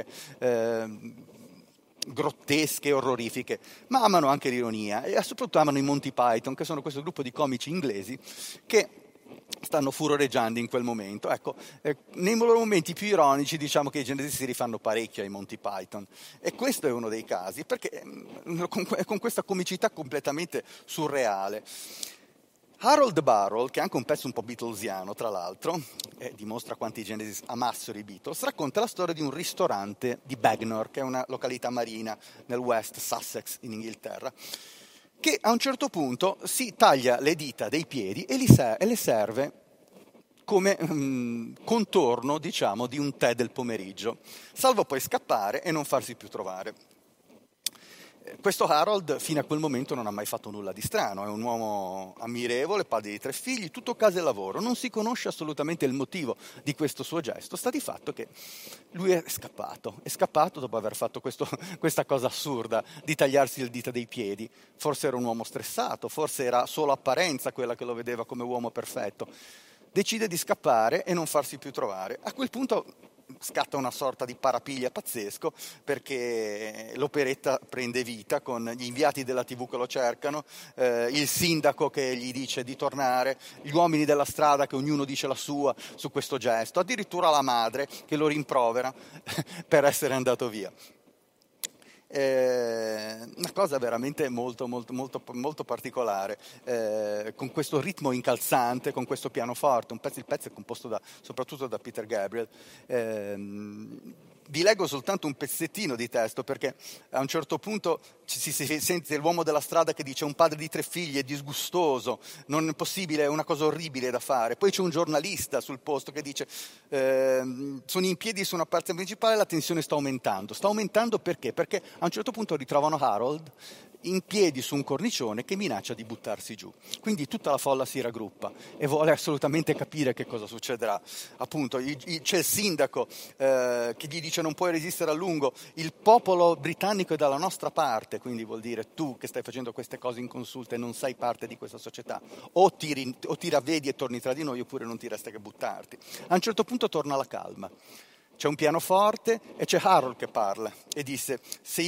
grottesche, orrorifiche, ma amano anche l'ironia e soprattutto amano i Monty Python, che sono questo gruppo di comici inglesi che stanno furoreggiando in quel momento. Ecco, nei loro momenti più ironici diciamo che i Genesis si rifanno parecchio ai Monty Python, e questo è uno dei casi, perché con questa comicità completamente surreale. Harold Barrell, che è anche un pezzo un po' beatlesiano tra l'altro, dimostra quanti Genesis amassero i Beatles, racconta la storia di un ristorante di Bagnor, che è una località marina nel West Sussex in Inghilterra, che a un certo punto si taglia le dita dei piedi e le serve come contorno, diciamo, di un tè del pomeriggio, salvo poi scappare e non farsi più trovare. Questo Harold fino a quel momento non ha mai fatto nulla di strano, è un uomo ammirevole, padre di 3 figli, tutto casa e lavoro, non si conosce assolutamente il motivo di questo suo gesto, sta di fatto che lui è scappato dopo aver fatto questa cosa assurda di tagliarsi le dita dei piedi. Forse era un uomo stressato, forse era solo apparenza quella che lo vedeva come uomo perfetto. Decide di scappare e non farsi più trovare. A quel punto scatta una sorta di parapiglia pazzesco, perché l'operetta prende vita con gli inviati della TV che lo cercano, il sindaco che gli dice di tornare, gli uomini della strada che ognuno dice la sua su questo gesto, addirittura la madre che lo rimprovera per essere andato via. Una cosa veramente molto, molto, molto, molto particolare, con questo ritmo incalzante, con questo pianoforte. Il pezzo è composto soprattutto da Peter Gabriel. Vi leggo soltanto un pezzettino di testo, perché a un certo punto si sente l'uomo della strada che dice: un padre di 3 figli è disgustoso, non è possibile, è una cosa orribile da fare. Poi c'è un giornalista sul posto che dice: sono in piedi su una parte principale, la tensione sta aumentando perché? Perché a un certo punto ritrovano Harold in piedi su un cornicione che minaccia di buttarsi giù. Quindi tutta la folla si raggruppa e vuole assolutamente capire che cosa succederà. Appunto, c'è il sindaco che gli dice: non puoi resistere a lungo, il popolo britannico è dalla nostra parte, quindi vuol dire tu che stai facendo queste cose inconsulte non sei parte di questa società, o ti ravvedi e torni tra di noi, oppure non ti resta che buttarti. A un certo punto torna la calma. C'è un pianoforte e c'è Harold che parla e dice: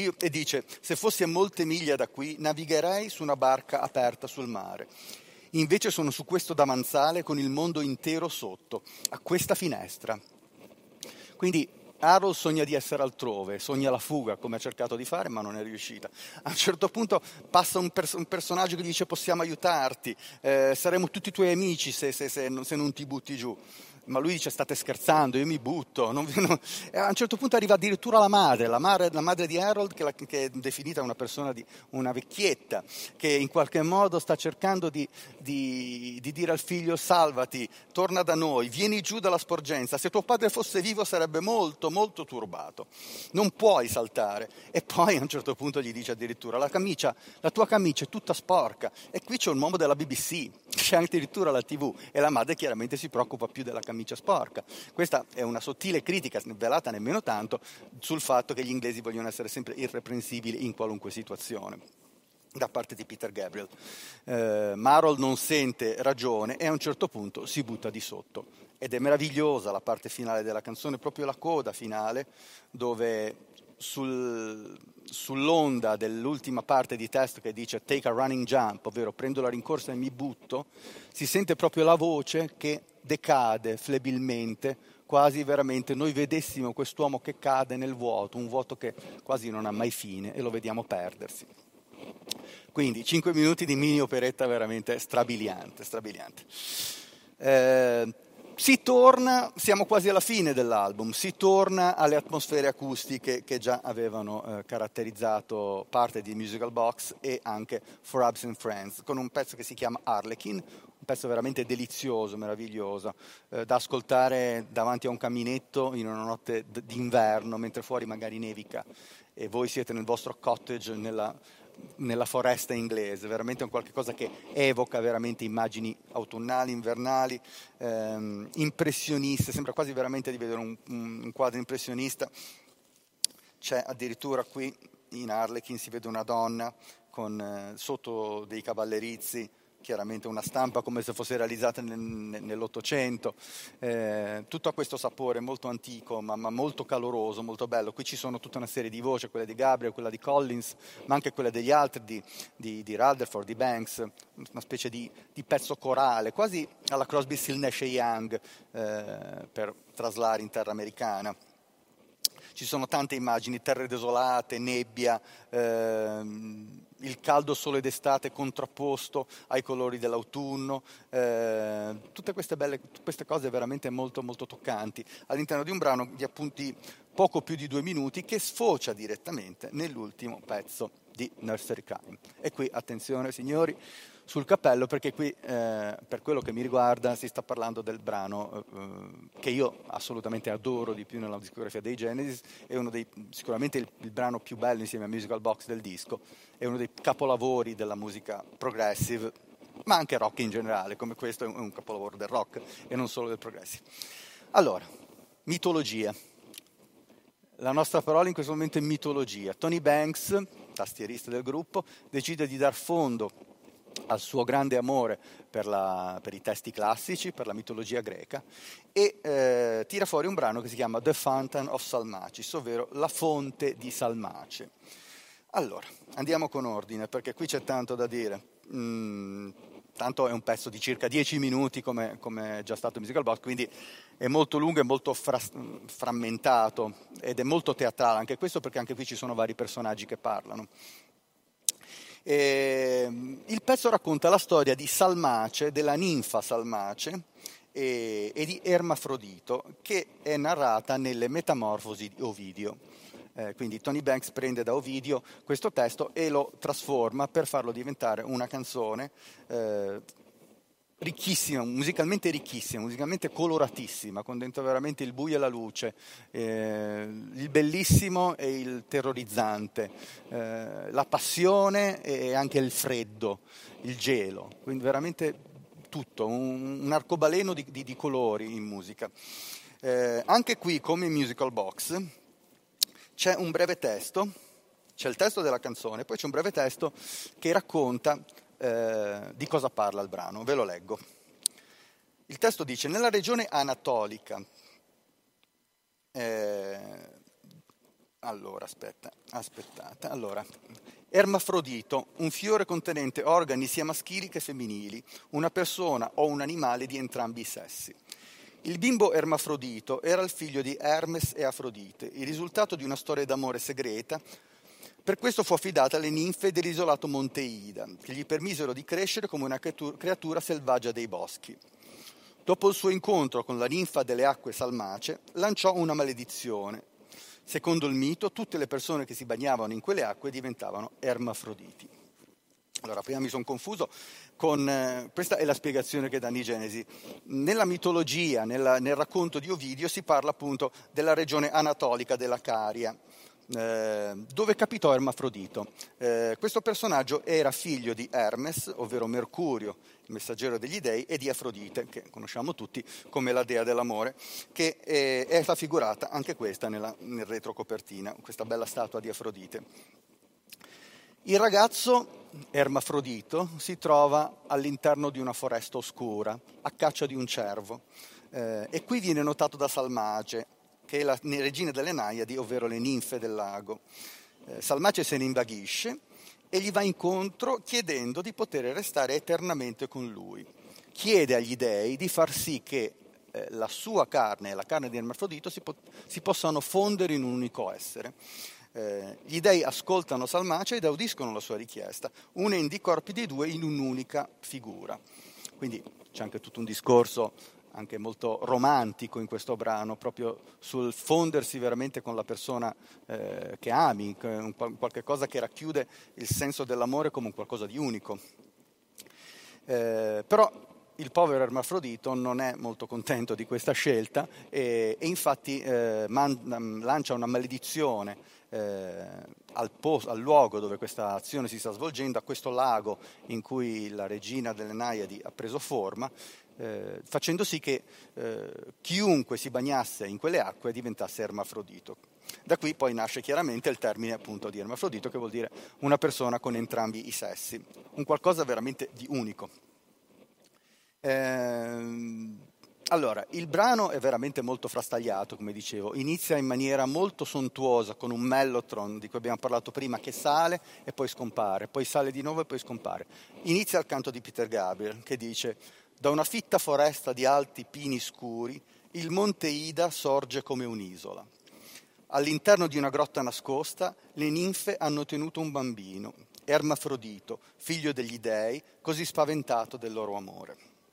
se fossi a molte miglia da qui navigherei su una barca aperta sul mare. Invece sono su questo davanzale con il mondo intero sotto, a questa finestra. Quindi Harold sogna di essere altrove, sogna la fuga, come ha cercato di fare, ma non è riuscita. A un certo punto passa un personaggio che gli dice: possiamo aiutarti, saremo tutti tuoi amici se non ti butti giù. Ma lui dice: state scherzando, io mi butto. E a un certo punto arriva addirittura la madre di Harold, che è definita una persona, una vecchietta, che in qualche modo sta cercando di dire al figlio: salvati, torna da noi, vieni giù dalla sporgenza. Se tuo padre fosse vivo sarebbe molto, molto turbato. Non puoi saltare. E poi a un certo punto gli dice addirittura: la tua camicia è tutta sporca. E qui c'è un uomo della BBC, c'è addirittura la TV, e la madre chiaramente si preoccupa più della camicia sporca. Questa è una sottile critica, velata nemmeno tanto, sul fatto che gli inglesi vogliono essere sempre irreprensibili in qualunque situazione, da parte di Peter Gabriel. Harold non sente ragione e a un certo punto si butta di sotto. Ed è meravigliosa la parte finale della canzone, proprio la coda finale, dove sull'onda dell'ultima parte di testo che dice take a running jump, ovvero prendo la rincorsa e mi butto, si sente proprio la voce che decade flebilmente, quasi veramente noi vedessimo quest'uomo che cade nel vuoto, un vuoto che quasi non ha mai fine, e lo vediamo perdersi. Quindi 5 minuti di mini operetta veramente strabiliante. Si torna, siamo quasi alla fine dell'album, si torna alle atmosfere acustiche che già avevano caratterizzato parte di Musical Box e anche For Absent Friends, con un pezzo che si chiama Harlequin, un pezzo veramente delizioso, meraviglioso, da ascoltare davanti a un caminetto in una notte d'inverno, mentre fuori magari nevica e voi siete nel vostro cottage nella foresta inglese. Veramente è un qualche cosa che evoca veramente immagini autunnali, invernali, impressioniste, sembra quasi veramente di vedere un quadro impressionista. C'è addirittura qui in Harlequin si vede una donna con sotto dei cavallerizzi chiaramente una stampa come se fosse realizzata nell'Ottocento, tutto ha questo sapore molto antico ma molto caloroso, molto bello. Qui ci sono tutta una serie di voci, quella di Gabriel, quella di Collins, ma anche quella degli altri, di Rutherford, di Banks, una specie di pezzo corale, quasi alla Crosby, Still, Nash Young, per traslare in terra americana. Ci sono tante immagini, terre desolate, nebbia, il caldo sole d'estate contrapposto ai colori dell'autunno, tutte queste cose veramente molto, molto toccanti all'interno di un brano di appunti poco più di 2 minuti che sfocia direttamente nell'ultimo pezzo di Nursery Rhyme. E qui, attenzione signori, sul cappello, perché qui, per quello che mi riguarda, si sta parlando del brano che io assolutamente adoro di più nella discografia dei Genesis, è sicuramente il brano più bello insieme a Musical Box del disco, è uno dei capolavori della musica progressive, ma anche rock in generale, come questo è un capolavoro del rock e non solo del progressive. Allora, mitologia. La nostra parola in questo momento è mitologia. Tony Banks, tastierista del gruppo, decide di dar fondo al suo grande amore per i testi classici, per la mitologia greca, e tira fuori un brano che si chiama The Fountain of Salmacis, ovvero la fonte di Salmace. Allora, andiamo con ordine, perché qui c'è tanto da dire. Tanto è un pezzo di circa 10 minuti, come è già stato Musical Box, quindi è molto lungo e molto frammentato, ed è molto teatrale anche questo, perché anche qui ci sono vari personaggi che parlano. Il pezzo racconta la storia di Salmace, della ninfa Salmace e di Ermafrodito, che è narrata nelle Metamorfosi di Ovidio. Quindi Tony Banks prende da Ovidio questo testo e lo trasforma per farlo diventare una canzone ricchissima, musicalmente coloratissima, con dentro veramente il buio e la luce, il bellissimo e il terrorizzante, la passione e anche il freddo, il gelo, quindi veramente tutto, un arcobaleno di colori in musica. Anche qui, come in Musical Box, c'è un breve testo, c'è il testo della canzone, poi c'è un breve testo che racconta di cosa parla il brano. Ve lo leggo. Il testo dice: nella regione anatolica, Ermafrodito, un fiore contenente organi sia maschili che femminili, una persona o un animale di entrambi i sessi. Il bimbo Ermafrodito era il figlio di Hermes e Afrodite, il risultato di una storia d'amore segreta. Per questo fu affidata alle ninfe dell'isolato Monte Ida, che gli permisero di crescere come una creatura selvaggia dei boschi. Dopo il suo incontro con la ninfa delle acque Salmace, lanciò una maledizione. Secondo il mito, tutte le persone che si bagnavano in quelle acque diventavano ermafroditi. Allora, prima mi sono confuso con questa è la spiegazione che danno i Genesi. Nella mitologia, nel racconto di Ovidio, si parla appunto della regione anatolica della Caria, dove capitò Ermafrodito. Questo personaggio era figlio di Hermes, ovvero Mercurio, il messaggero degli dei, e di Afrodite, che conosciamo tutti come la dea dell'amore, che è raffigurata anche questa nel retrocopertina, questa bella statua di Afrodite. Il ragazzo Ermafrodito si trova all'interno di una foresta oscura, a caccia di un cervo, e qui viene notato da Salmace, che è la regina delle Naiadi, ovvero le ninfe del lago. Salmace se ne invaghisce e gli va incontro chiedendo di poter restare eternamente con lui. Chiede agli dei di far sì che la sua carne e la carne di Ermafrodito si possano fondere in un unico essere. Gli dei ascoltano Salmace ed audiscono la sua richiesta, unendo i corpi dei due in un'unica figura. Quindi c'è anche tutto un discorso anche molto romantico in questo brano, proprio sul fondersi veramente con la persona che ami, qualche cosa che racchiude il senso dell'amore come un qualcosa di unico. Però il povero Ermafrodito non è molto contento di questa scelta e infatti lancia una maledizione al luogo dove questa azione si sta svolgendo, a questo lago in cui la regina delle Naiadi ha preso forma, facendo sì che chiunque si bagnasse in quelle acque diventasse Ermafrodito. Da qui poi nasce chiaramente il termine appunto di Ermafrodito, che vuol dire una persona con entrambi i sessi, un qualcosa veramente di unico. Allora, il brano è veramente molto frastagliato, come dicevo, inizia in maniera molto sontuosa con un mellotron di cui abbiamo parlato prima che sale e poi scompare, poi sale di nuovo e poi scompare. Inizia il canto di Peter Gabriel che dice: da una fitta foresta di alti pini scuri il monte Ida sorge come un'isola. All'interno di una grotta nascosta le ninfe hanno tenuto un bambino, Ermafrodito, figlio degli dei, così spaventato del loro amore.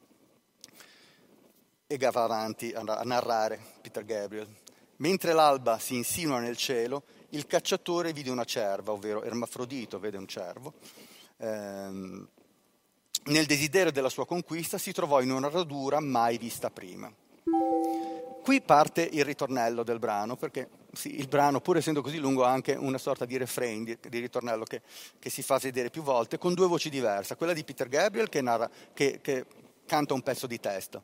E va avanti a narrare Peter Gabriel. Mentre l'alba si insinua nel cielo, il cacciatore vide una cerva, ovvero Ermafrodito vede un cervo. Nel desiderio della sua conquista si trovò in una radura mai vista prima. Qui parte il ritornello del brano, perché sì, il brano, pur essendo così lungo, ha anche una sorta di refrain, di ritornello che si fa vedere più volte, con due voci diverse. Quella di Peter Gabriel che canta un pezzo di testo,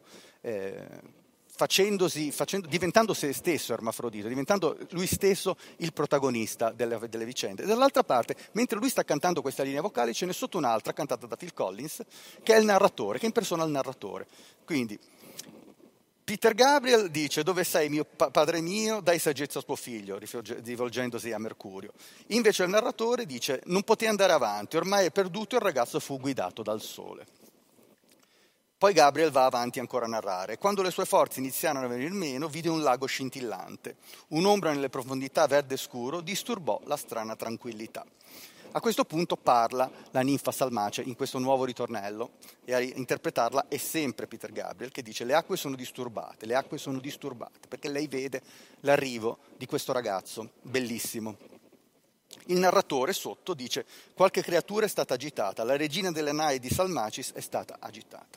diventando se stesso Ermafrodito, diventando lui stesso il protagonista delle vicende. Dall'altra parte, mentre lui sta cantando questa linea vocale, ce n'è sotto un'altra cantata da Phil Collins, che è il narratore, che impersona il narratore. Quindi Peter Gabriel dice: dove sei mio padre mio, dai saggezza a tuo figlio, rivolgendosi a Mercurio. Invece il narratore dice: non potei andare avanti, ormai è perduto, il ragazzo fu guidato dal sole. Poi Gabriel va avanti ancora a narrare. Quando le sue forze iniziarono a venire meno, vide un lago scintillante. Un'ombra nelle profondità verde scuro disturbò la strana tranquillità. A questo punto parla la ninfa Salmace in questo nuovo ritornello, e a interpretarla è sempre Peter Gabriel, che dice: le acque sono disturbate, perché lei vede l'arrivo di questo ragazzo bellissimo. Il narratore sotto dice: qualche creatura è stata agitata, la regina delle Naidi di Salmacis è stata agitata.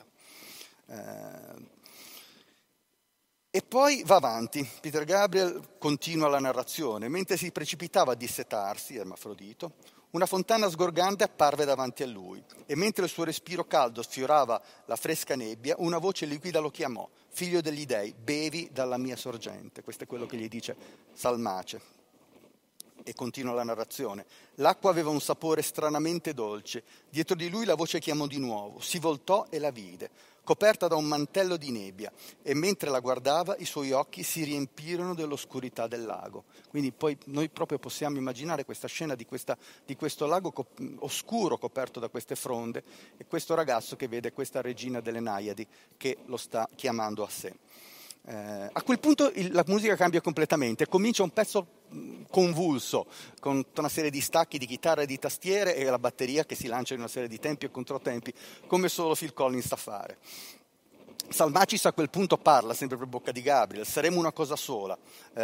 E poi va avanti, Peter Gabriel continua la narrazione. Mentre si precipitava a dissetarsi, Ermafrodito, una fontana sgorgante apparve davanti a lui, e mentre il suo respiro caldo sfiorava la fresca nebbia, una voce liquida lo chiamò: figlio degli dei, bevi dalla mia sorgente. Questo è quello che gli dice Salmace. E continua la narrazione. L'acqua aveva un sapore stranamente dolce. Dietro di lui la voce chiamò di nuovo. Si voltò e la vide, coperta da un mantello di nebbia, e mentre la guardava i suoi occhi si riempirono dell'oscurità del lago. Quindi poi noi proprio possiamo immaginare questa scena di questo lago oscuro coperto da queste fronde, e questo ragazzo che vede questa regina delle Naiadi che lo sta chiamando a sé. A quel punto la musica cambia completamente, comincia un pezzo convulso con una serie di stacchi di chitarra e di tastiere, e la batteria che si lancia in una serie di tempi e controtempi come solo Phil Collins sa fare. Salmacis a quel punto parla sempre per bocca di Gabriel: saremo una cosa sola,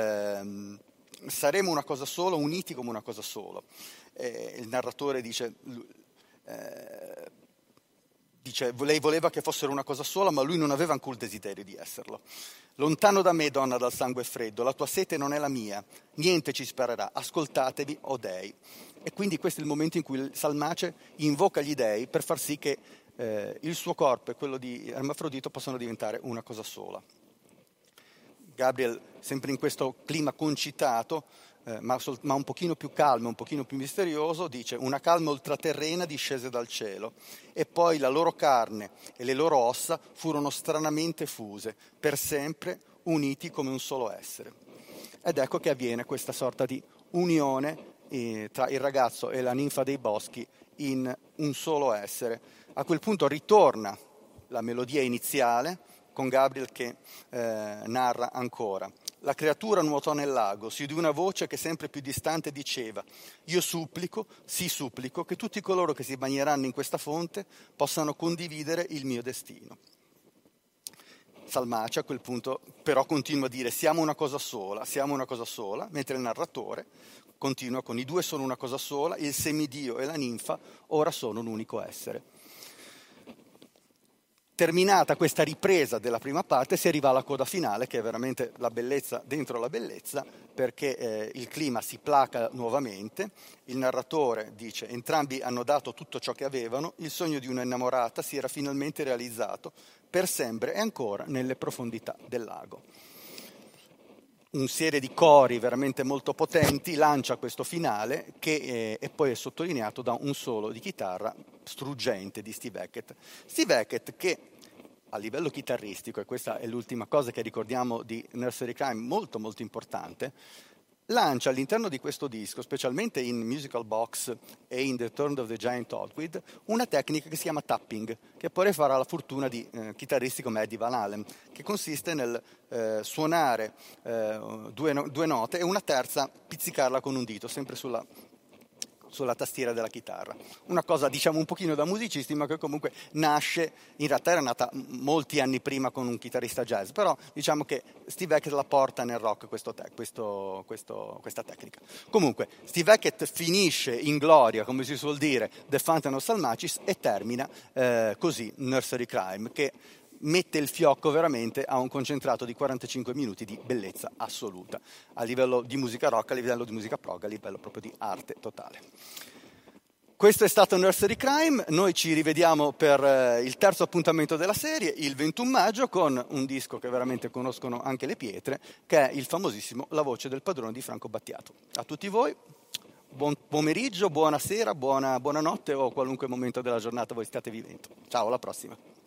uniti come una cosa sola. Il narratore dice lei voleva che fossero una cosa sola, ma lui non aveva ancora il desiderio di esserlo. Lontano da me, donna dal sangue freddo, la tua sete non è la mia, niente ci sparerà, ascoltatevi, o dei. E quindi questo è il momento in cui Salmace invoca gli dei per far sì che il suo corpo e quello di Ermafrodito possano diventare una cosa sola. Gabriel, sempre in questo clima concitato, ma un pochino più calmo, un pochino più misterioso, dice: una calma ultraterrena discese dal cielo, e poi la loro carne e le loro ossa furono stranamente fuse, per sempre uniti come un solo essere. Ed ecco che avviene questa sorta di unione tra il ragazzo e la ninfa dei boschi in un solo essere. A quel punto ritorna la melodia iniziale, con Gabriel che narra ancora. La creatura nuotò nel lago, si udì una voce che sempre più distante diceva: io supplico, sì supplico, che tutti coloro che si bagneranno in questa fonte possano condividere il mio destino. Salmace a quel punto però continua a dire: siamo una cosa sola, mentre il narratore continua con: i due sono una cosa sola, il semidio e la ninfa ora sono un unico essere. Terminata questa ripresa della prima parte, si arriva alla coda finale, che è veramente la bellezza dentro la bellezza, perché il clima si placa nuovamente. Il narratore dice: entrambi hanno dato tutto ciò che avevano, il sogno di una innamorata si era finalmente realizzato, per sempre e ancora nelle profondità del lago. Una serie di cori veramente molto potenti lancia questo finale, che è poi sottolineato da un solo di chitarra struggente di Steve Hackett. Steve Hackett, che a livello chitarristico, e questa è l'ultima cosa che ricordiamo di Nursery Crime, molto molto importante, lancia all'interno di questo disco, specialmente in Musical Box e in The Return of the Giant Hotweed, una tecnica che si chiama tapping, che poi farà la fortuna di chitarristi come Eddie Van Halen, che consiste nel suonare due note e una terza pizzicarla con un dito, sempre sulla tastiera della chitarra. Una cosa diciamo un pochino da musicisti, ma che comunque nasce, in realtà era nata molti anni prima con un chitarrista jazz, però diciamo che Steve Hackett la porta nel rock questa tecnica. Comunque Steve Hackett finisce in gloria, come si suol dire, The Fountain of Salmacis, e termina così Nursery Crime, che mette il fiocco veramente a un concentrato di 45 minuti di bellezza assoluta, a livello di musica rock, a livello di musica prog, a livello proprio di arte totale. Questo è stato Nursery Crime, noi ci rivediamo per il terzo appuntamento della serie, il 21 maggio, con un disco che veramente conoscono anche le pietre, che è il famosissimo La voce del padrone di Franco Battiato. A tutti voi, buon pomeriggio, buonasera, buonanotte o qualunque momento della giornata voi stiate vivendo. Ciao, alla prossima.